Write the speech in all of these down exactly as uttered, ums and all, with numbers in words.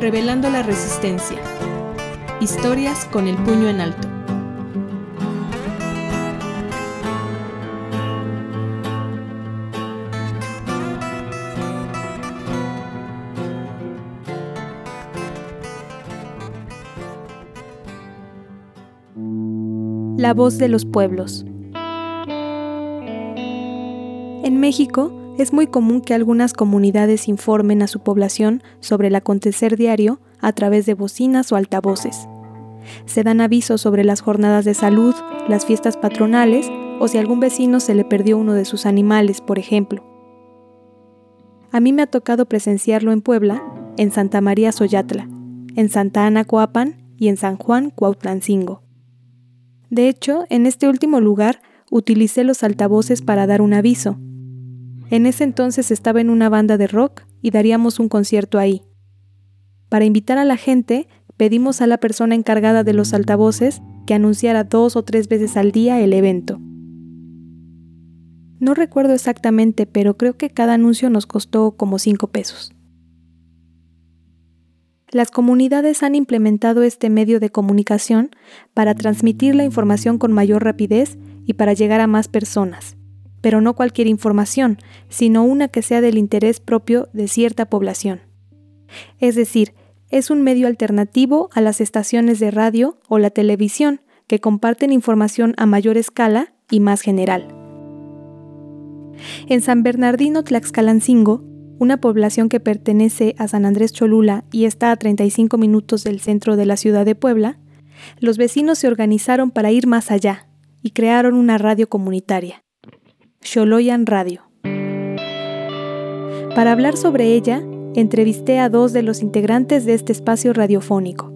Revelando la resistencia. Historias con el puño en alto. La voz de los pueblos. En México es muy común que algunas comunidades informen a su población sobre el acontecer diario a través de bocinas o altavoces. Se dan avisos sobre las jornadas de salud, las fiestas patronales o si a algún vecino se le perdió uno de sus animales, por ejemplo. A mí me ha tocado presenciarlo en Puebla, en Santa María Xoyatla, en Santa Ana Coapan y en San Juan Cuautlancingo. De hecho, en este último lugar utilicé los altavoces para dar un aviso. En ese entonces estaba en una banda de rock y daríamos un concierto ahí. Para invitar a la gente, pedimos a la persona encargada de los altavoces que anunciara dos o tres veces al día el evento. No recuerdo exactamente, pero creo que cada anuncio nos costó como cinco pesos. Las comunidades han implementado este medio de comunicación para transmitir la información con mayor rapidez y para llegar a más personas, pero no cualquier información, sino una que sea del interés propio de cierta población. Es decir, es un medio alternativo a las estaciones de radio o la televisión que comparten información a mayor escala y más general. En San Bernardino Tlaxcalancingo, una población que pertenece a San Andrés Cholula y está a treinta y cinco minutos del centro de la ciudad de Puebla, los vecinos se organizaron para ir más allá y crearon una radio comunitaria, Xoloyan Radio. Para hablar sobre ella, entrevisté a dos de los integrantes de este espacio radiofónico.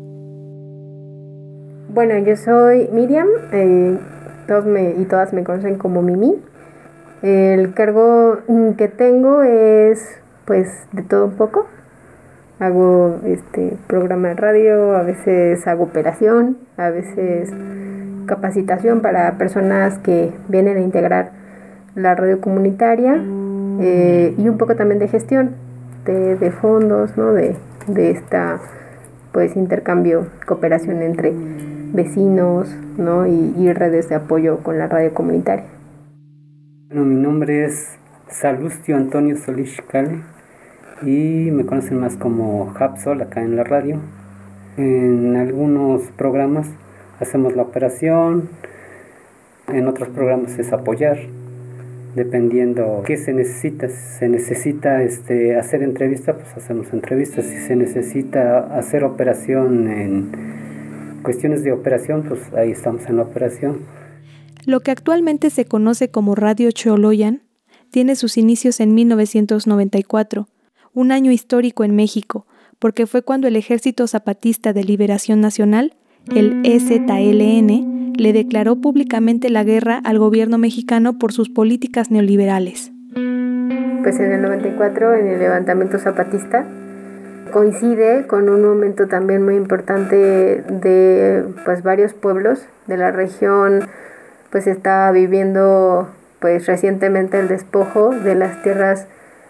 Bueno, yo soy Miriam, eh, todos me, y todas me conocen como Mimi. El cargo que tengo es pues de todo un poco. Hago este programa de radio, a veces hago operación, a veces capacitación para personas que vienen a integrar la radio comunitaria, eh, y un poco también de gestión de, de fondos, ¿no? de, de esta pues intercambio, cooperación entre vecinos, ¿no? y, y redes de apoyo con la radio comunitaria. Bueno, mi nombre es Salustio Antonio Solís Xicale y me conocen más como Hapsol acá en la radio. En algunos programas hacemos la operación, en otros programas es apoyar, dependiendo qué se necesita. Si se necesita este, hacer entrevista, pues hacemos entrevistas. Si se necesita hacer operación en cuestiones de operación, pues ahí estamos en la operación. Lo que actualmente se conoce como Radio Xoloyan tiene sus inicios en mil novecientos noventa y cuatro, un año histórico en México, porque fue cuando el Ejército Zapatista de Liberación Nacional, el E Z L N, le declaró públicamente la guerra al gobierno mexicano por sus políticas neoliberales. Pues en el noventa y cuatro, en el levantamiento zapatista, coincide con un momento también muy importante de pues varios pueblos de la región. Pues estaba viviendo pues recientemente el despojo de las tierras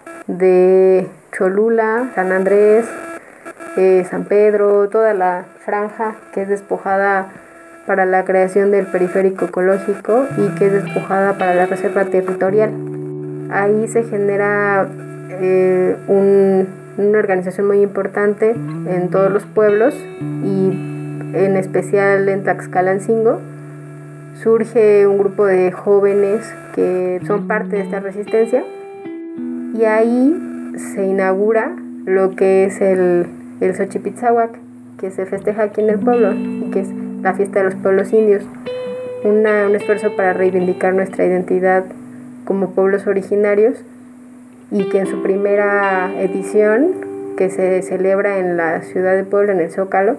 de Cholula, San Andrés, eh, San Pedro, toda la franja que es despojada para la creación del periférico ecológico y que es despojada para la reserva territorial. Ahí se genera eh, un, una organización muy importante en todos los pueblos y en especial en Tlaxcalancingo. Surge un grupo de jóvenes que son parte de esta resistencia y ahí se inaugura lo que es el, el Xochipitzahuac, que se festeja aquí en el pueblo y que es la fiesta de los pueblos indios, Una, un esfuerzo para reivindicar nuestra identidad como pueblos originarios y que en su primera edición, que se celebra en la ciudad de Puebla, en el Zócalo,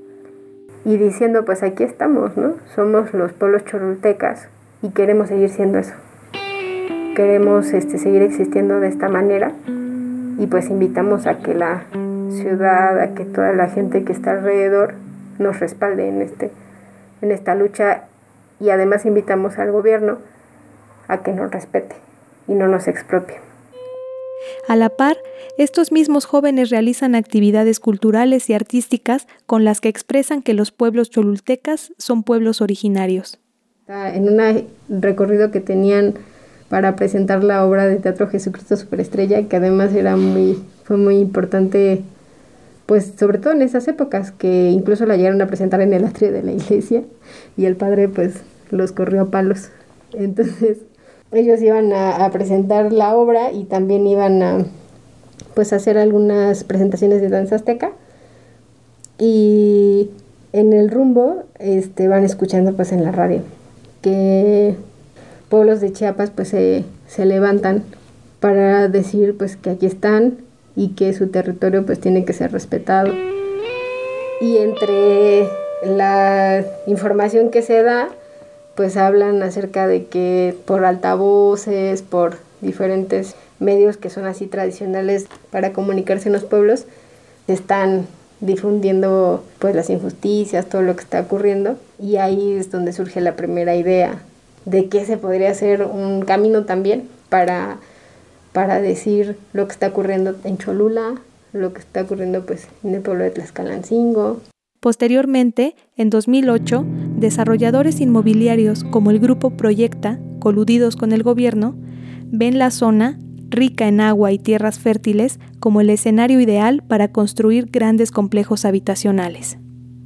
y diciendo pues aquí estamos, ¿no? Somos los pueblos cholultecas y queremos seguir siendo eso. Queremos este, seguir existiendo de esta manera y pues invitamos a que la ciudad, a que toda la gente que está alrededor nos respalde en, este, en esta lucha y además invitamos al gobierno a que nos respete y no nos expropie. A la par, estos mismos jóvenes realizan actividades culturales y artísticas con las que expresan que los pueblos cholultecas son pueblos originarios. En un recorrido que tenían para presentar la obra de teatro Jesucristo Superestrella, que además era muy, fue muy importante, pues sobre todo en esas épocas, que incluso la llegaron a presentar en el atrio de la iglesia y el padre pues los corrió a palos. Entonces ellos iban a, a presentar la obra y también iban a pues hacer algunas presentaciones de danza azteca, y en el rumbo este, van escuchando pues en la radio que pueblos de Chiapas pues se, se levantan para decir pues que aquí están y que su territorio pues tiene que ser respetado. Y entre la información que se da, pues hablan acerca de que por altavoces, por diferentes medios que son así tradicionales para comunicarse en los pueblos, están difundiendo pues las injusticias, todo lo que está ocurriendo, y ahí es donde surge la primera idea de que se podría hacer un camino también para, para decir lo que está ocurriendo en Cholula, lo que está ocurriendo pues en el pueblo de Tlaxcalancingo. Posteriormente, en dos mil ocho, desarrolladores inmobiliarios como el Grupo Proyecta, coludidos con el gobierno, ven la zona, rica en agua y tierras fértiles, como el escenario ideal para construir grandes complejos habitacionales.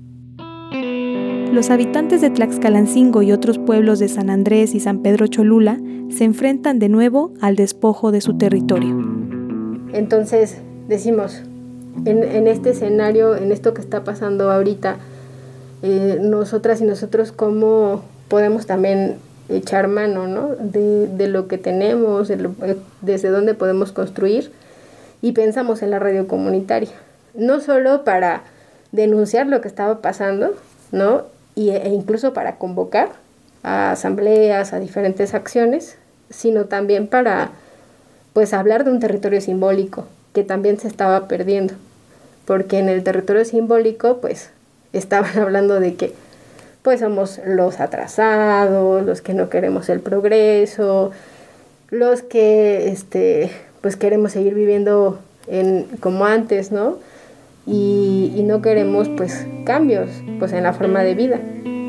Los habitantes de Tlaxcalancingo y otros pueblos de San Andrés y San Pedro Cholula se enfrentan de nuevo al despojo de su territorio. Entonces decimos, en, en este escenario, en esto que está pasando ahorita, eh, nosotras y nosotros cómo podemos también echar mano, ¿no? de, de lo que tenemos, de lo, desde dónde podemos construir, y pensamos en la radio comunitaria, no solo para denunciar lo que estaba pasando, ¿no? Y, e incluso para convocar a asambleas, a diferentes acciones, sino también para pues hablar de un territorio simbólico que también se estaba perdiendo, porque en el territorio simbólico pues estaban hablando de que pues somos los atrasados, los que no queremos el progreso, los que este pues queremos seguir viviendo en como antes, ¿no? Y, y no queremos pues cambios pues en la forma de vida.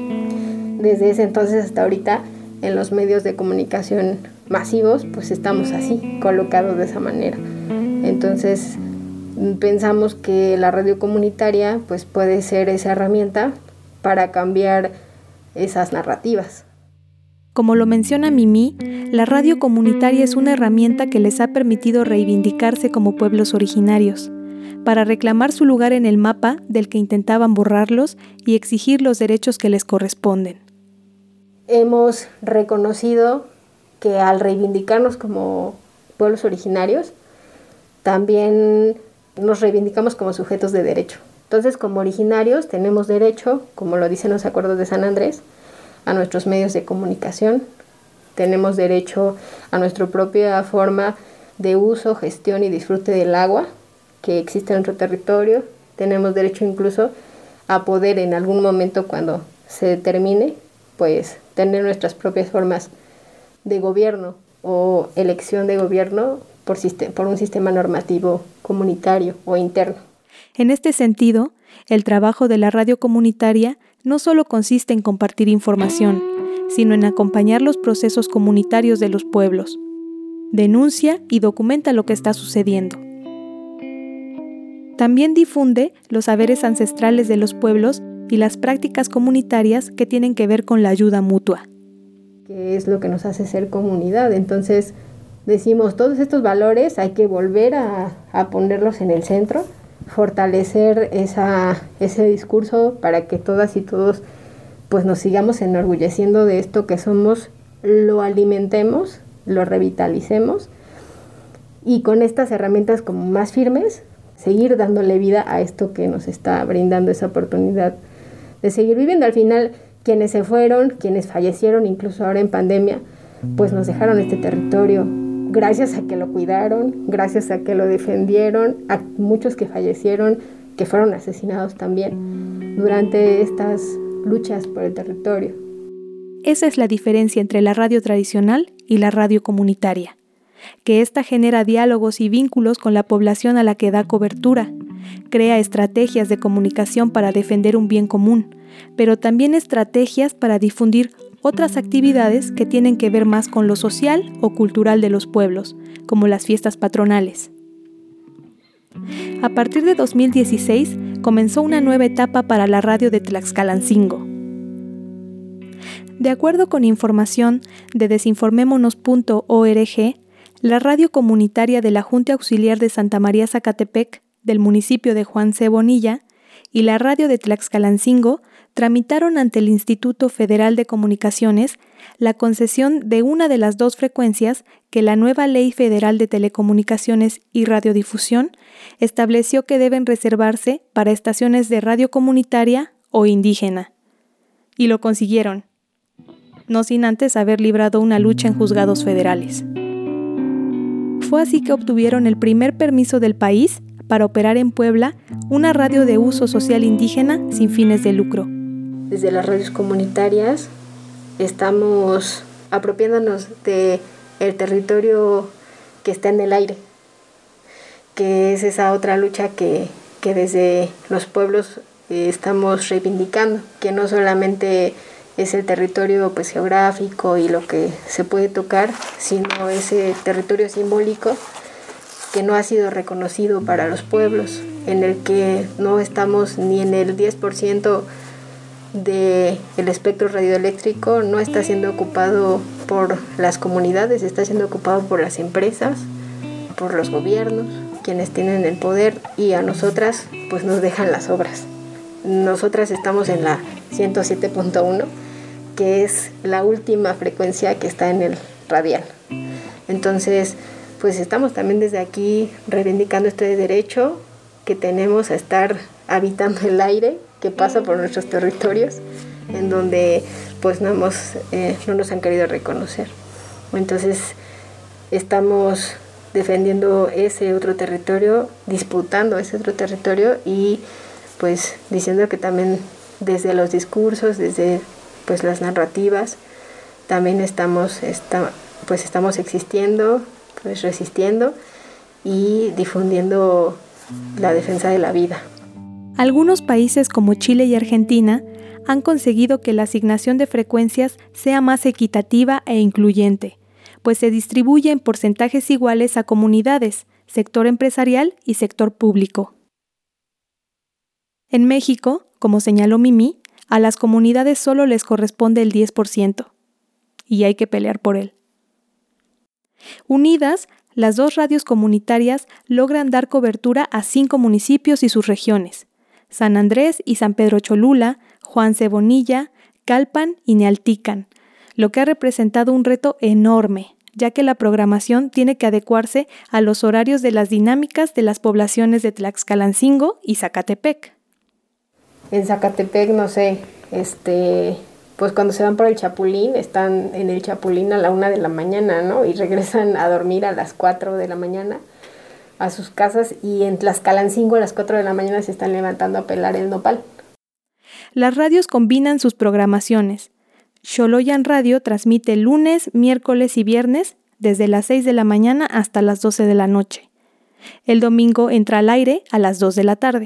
Desde ese entonces hasta ahorita en los medios de comunicación masivos pues estamos así, colocados de esa manera. Entonces pensamos que la radio comunitaria pues puede ser esa herramienta para cambiar esas narrativas. Como lo menciona Mimi, la radio comunitaria es una herramienta que les ha permitido reivindicarse como pueblos originarios, para reclamar su lugar en el mapa del que intentaban borrarlos y exigir los derechos que les corresponden. Hemos reconocido que al reivindicarnos como pueblos originarios, también nos reivindicamos como sujetos de derecho. Entonces, como originarios tenemos derecho, como lo dicen los acuerdos de San Andrés, a nuestros medios de comunicación, tenemos derecho a nuestra propia forma de uso, gestión y disfrute del agua que existe en nuestro territorio, tenemos derecho incluso a poder en algún momento cuando se determine, pues tener nuestras propias formas de gobierno o elección de gobierno por, sistema, por un sistema normativo comunitario o interno. En este sentido, el trabajo de la radio comunitaria no solo consiste en compartir información, sino en acompañar los procesos comunitarios de los pueblos. Denuncia y documenta lo que está sucediendo. También difunde los saberes ancestrales de los pueblos y las prácticas comunitarias que tienen que ver con la ayuda mutua. Que es lo que nos hace ser comunidad. Entonces decimos, todos estos valores hay que volver a, a ponerlos en el centro, fortalecer esa, ese discurso para que todas y todos pues nos sigamos enorgulleciendo de esto que somos, lo alimentemos, lo revitalicemos y con estas herramientas como más firmes seguir dándole vida a esto que nos está brindando esa oportunidad de seguir viviendo. Al final, quienes se fueron, quienes fallecieron, incluso ahora en pandemia, pues nos dejaron este territorio gracias a que lo cuidaron, gracias a que lo defendieron, a muchos que fallecieron, que fueron asesinados también durante estas luchas por el territorio. Esa es la diferencia entre la radio tradicional y la radio comunitaria. que ésta genera diálogos y vínculos con la población a la que da cobertura, crea estrategias de comunicación para defender un bien común, pero también estrategias para difundir otras actividades que tienen que ver más con lo social o cultural de los pueblos, como las fiestas patronales. A partir de dos mil dieciséis comenzó una nueva etapa para la radio de Tlaxcalancingo. De acuerdo con información de desinformémonos punto org, la radio comunitaria de la Junta Auxiliar de Santa María Zacatepec, del municipio de Juan C. Bonilla, y la radio de Tlaxcalancingo tramitaron ante el Instituto Federal de Comunicaciones la concesión de una de las dos frecuencias que la nueva Ley Federal de Telecomunicaciones y Radiodifusión estableció que deben reservarse para estaciones de radio comunitaria o indígena. Y lo consiguieron, no sin antes haber librado una lucha en juzgados federales. Fue así que obtuvieron el primer permiso del país para operar en Puebla una radio de uso social indígena sin fines de lucro. Desde las radios comunitarias estamos apropiándonos del territorio que está en el aire, que es esa otra lucha que, que desde los pueblos eh, estamos reivindicando, que no solamente es el territorio pues, geográfico y lo que se puede tocar, sino ese territorio simbólico que no ha sido reconocido para los pueblos, en el que no estamos ni en el diez por ciento del espectro radioeléctrico, no está siendo ocupado por las comunidades, está siendo ocupado por las empresas, por los gobiernos, quienes tienen el poder, y a nosotras pues nos dejan las obras. Nosotras estamos en la ciento siete punto uno, que es la última frecuencia que está en el radial. Entonces, pues estamos también desde aquí reivindicando este derecho que tenemos a estar habitando el aire que pasa por nuestros territorios, en donde pues no, hemos, eh, no nos han querido reconocer. Entonces estamos defendiendo ese otro territorio, disputando ese otro territorio y pues diciendo que también desde los discursos, desde pues las narrativas, también estamos, está, pues estamos existiendo, pues resistiendo y difundiendo la defensa de la vida. Algunos países como Chile y Argentina han conseguido que la asignación de frecuencias sea más equitativa e incluyente, pues se distribuye en porcentajes iguales a comunidades, sector empresarial y sector público. En México, como señaló Mimi, a las comunidades solo les corresponde el diez por ciento, y hay que pelear por él. Unidas, las dos radios comunitarias logran dar cobertura a cinco municipios y sus regiones: San Andrés y San Pedro Cholula, Juan C. Bonilla, Calpan y Nealtican, lo que ha representado un reto enorme, ya que la programación tiene que adecuarse a los horarios de las dinámicas de las poblaciones de Tlaxcalancingo y Zacatepec. En Zacatepec, no sé, este, pues cuando se van por el Chapulín, están en el Chapulín a la una de la mañana, ¿no? Y regresan a dormir a las cuatro de la mañana a sus casas, y en Tlaxcalancingo a las cuatro de la mañana se están levantando a pelar el nopal. Las radios combinan sus programaciones. Xoloyan Radio transmite lunes, miércoles y viernes desde las seis de la mañana hasta las doce de la noche. El domingo entra al aire a las dos de la tarde.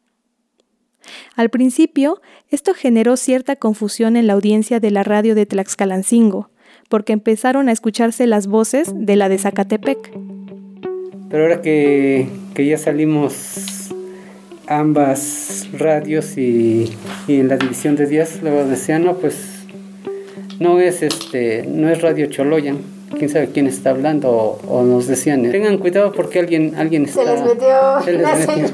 Al principio, esto generó cierta confusión en la audiencia de la radio de Tlaxcalancingo, porque empezaron a escucharse las voces de la de Zacatepec. Pero ahora que, que ya salimos ambas radios y, y en la división de días, luego decían, no, pues no es este, no es Radio Xoloyan, quién sabe quién está hablando, o, o nos decían, tengan cuidado porque alguien, alguien está... Se les metió se les la metió.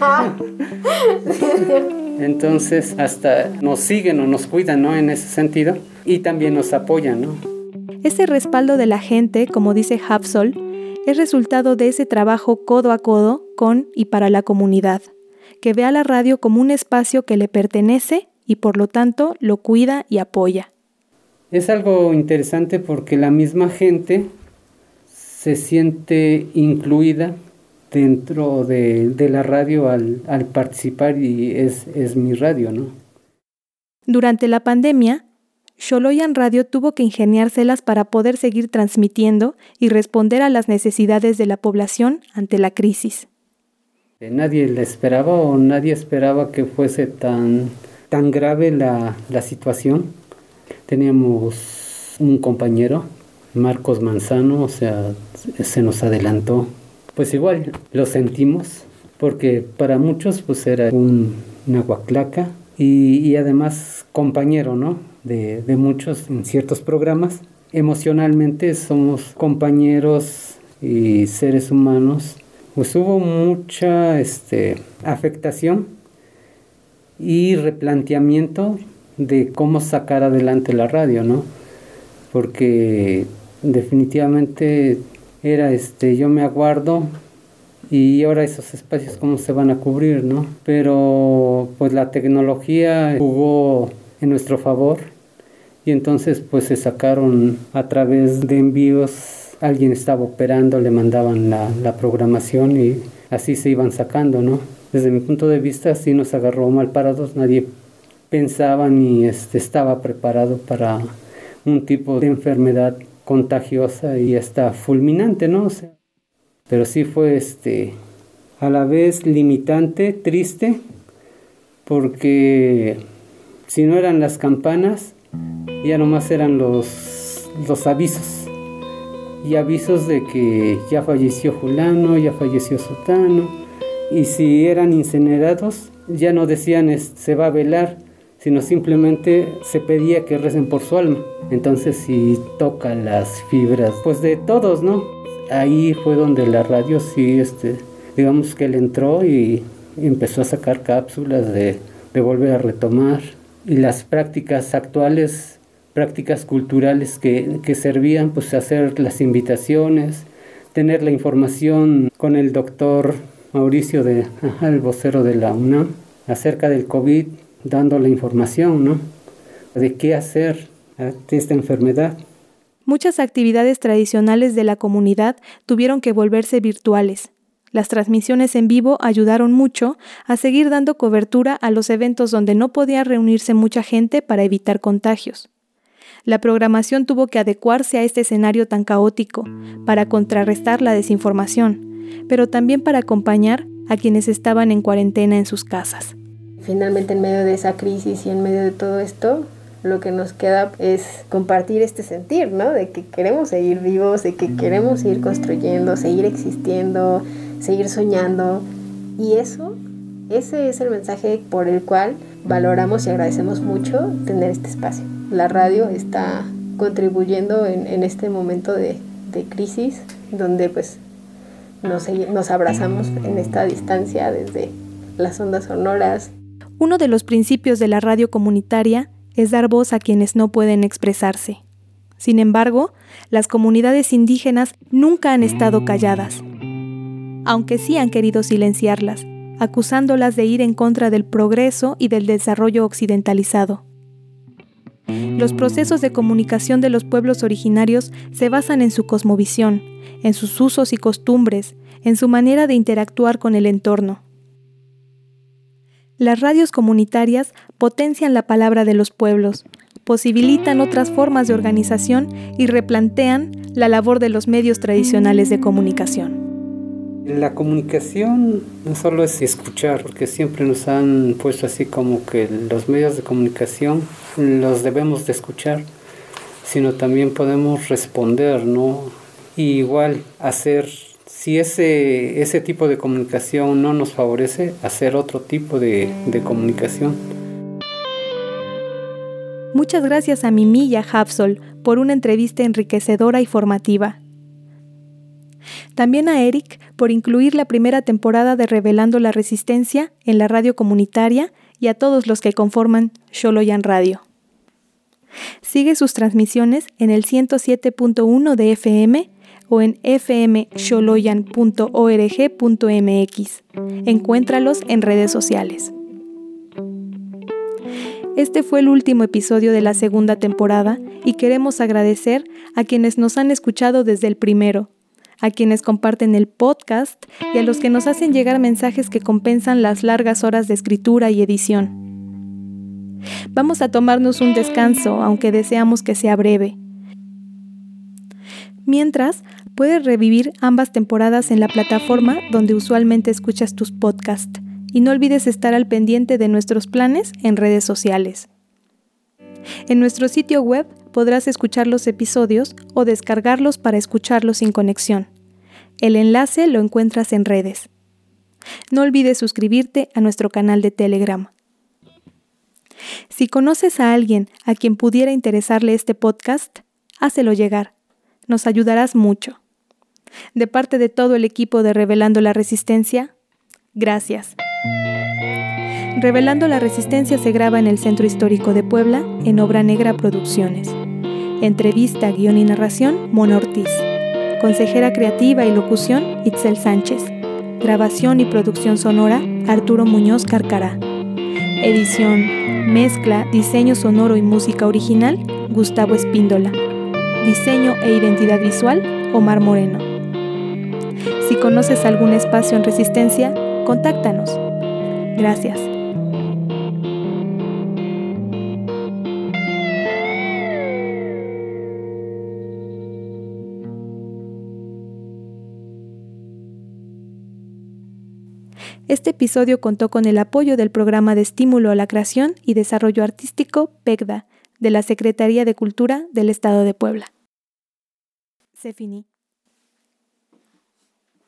señal. Entonces hasta nos siguen o nos cuidan, ¿no? En ese sentido, y también nos apoyan, ¿no? Ese respaldo de la gente, como dice Hapsol, es resultado de ese trabajo codo a codo con y para la comunidad, que ve a la radio como un espacio que le pertenece y por lo tanto lo cuida y apoya. Es algo interesante porque la misma gente se siente incluida dentro de, de la radio al, al participar y es, es mi radio, ¿no? Durante la pandemia, Xoloyan Radio tuvo que ingeniárselas para poder seguir transmitiendo y responder a las necesidades de la población ante la crisis. Nadie la esperaba o nadie esperaba que fuese tan, tan grave la, la situación. Teníamos un compañero, Marcos Manzano, o sea, se nos adelantó. Pues igual lo sentimos, porque para muchos pues era un nahuaclaca y, y además compañero, ¿no? De, de muchos en ciertos programas. Emocionalmente somos compañeros y seres humanos. Pues hubo mucha este, afectación y replanteamiento de cómo sacar adelante la radio, ¿no? Porque definitivamente era este, yo me aguardo y ahora esos espacios cómo se van a cubrir, ¿no? Pero pues la tecnología jugó en nuestro favor y entonces pues se sacaron a través de envíos. Alguien estaba operando, le mandaban la, la programación y así se iban sacando, ¿no? Desde mi punto de vista sí nos agarró mal parados, nadie pensaba ni este, estaba preparado para un tipo de enfermedad contagiosa y hasta fulminante, ¿no? O sea, pero sí fue este, a la vez limitante, triste, porque si no eran las campanas, ya nomás eran los, los avisos. Y avisos de que ya falleció fulano, ya falleció sutano, y si eran incinerados, ya no decían se va a velar, sino simplemente se pedía que recen por su alma. Entonces sí toca las fibras, pues de todos, ¿no? Ahí fue donde la radio sí, este, digamos que él entró y empezó a sacar cápsulas de, de volver a retomar, y las prácticas actuales, prácticas culturales que, que servían, pues hacer las invitaciones, tener la información con el doctor Mauricio, de, ajá, el vocero de la UNAM, acerca del COVID, dando la información, ¿no? De qué hacer ante esta enfermedad. Muchas actividades tradicionales de la comunidad tuvieron que volverse virtuales. Las transmisiones en vivo ayudaron mucho a seguir dando cobertura a los eventos donde no podía reunirse mucha gente para evitar contagios. La programación tuvo que adecuarse a este escenario tan caótico para contrarrestar la desinformación, pero también para acompañar a quienes estaban en cuarentena en sus casas. Finalmente, en medio de esa crisis y en medio de todo esto, lo que nos queda es compartir este sentir, ¿no? De que queremos seguir vivos, de que queremos seguir construyendo, seguir existiendo, seguir soñando. Y eso, ese es el mensaje por el cual valoramos y agradecemos mucho tener este espacio. La radio está contribuyendo en, en este momento de, de crisis, donde pues nos, nos abrazamos en esta distancia desde las ondas sonoras. Uno de los principios de la radio comunitaria es dar voz a quienes no pueden expresarse. Sin embargo, las comunidades indígenas nunca han estado calladas, aunque sí han querido silenciarlas, acusándolas de ir en contra del progreso y del desarrollo occidentalizado. Los procesos de comunicación de los pueblos originarios se basan en su cosmovisión, en sus usos y costumbres, en su manera de interactuar con el entorno. Las radios comunitarias potencian la palabra de los pueblos, posibilitan otras formas de organización y replantean la labor de los medios tradicionales de comunicación. La comunicación no solo es escuchar, porque siempre nos han puesto así como que los medios de comunicación los debemos de escuchar, sino también podemos responder, ¿no? Y igual hacer, si ese, ese tipo de comunicación no nos favorece, hacer otro tipo de, de comunicación. Muchas gracias a Mimi y a Hapsol por una entrevista enriquecedora y formativa. También a Eric por incluir la primera temporada de Revelando la Resistencia en la radio comunitaria y a todos los que conforman Xoloyan Radio. Sigue sus transmisiones en el ciento siete punto uno de F M o en f m xoloyan punto org punto m x. Encuéntralos en redes sociales. Este fue el último episodio de la segunda temporada y queremos agradecer a quienes nos han escuchado desde el primero, a quienes comparten el podcast y a los que nos hacen llegar mensajes que compensan las largas horas de escritura y edición. Vamos a tomarnos un descanso, aunque deseamos que sea breve. Mientras, puedes revivir ambas temporadas en la plataforma donde usualmente escuchas tus podcasts y no olvides estar al pendiente de nuestros planes en redes sociales. En nuestro sitio web podrás escuchar los episodios o descargarlos para escucharlos sin conexión. El enlace lo encuentras en redes. No olvides suscribirte a nuestro canal de Telegram. Si conoces a alguien a quien pudiera interesarle este podcast, hácelo llegar. Nos ayudarás mucho. De parte de todo el equipo de Revelando la Resistencia, gracias. Revelando la Resistencia se graba en el Centro Histórico de Puebla, en Obra Negra Producciones. Entrevista, guión y narración, Mona Ortiz. Consejera creativa y locución, Itzel Sánchez. Grabación y producción sonora, Arturo Muñoz Carcará. Edición, mezcla, diseño sonoro y música original, Gustavo Espíndola. Diseño e identidad visual, Omar Moreno. Si conoces algún espacio en Resistencia, contáctanos. Gracias. Este episodio contó con el apoyo del Programa de Estímulo a la Creación y Desarrollo Artístico PECDA de la Secretaría de Cultura del Estado de Puebla. Se finí.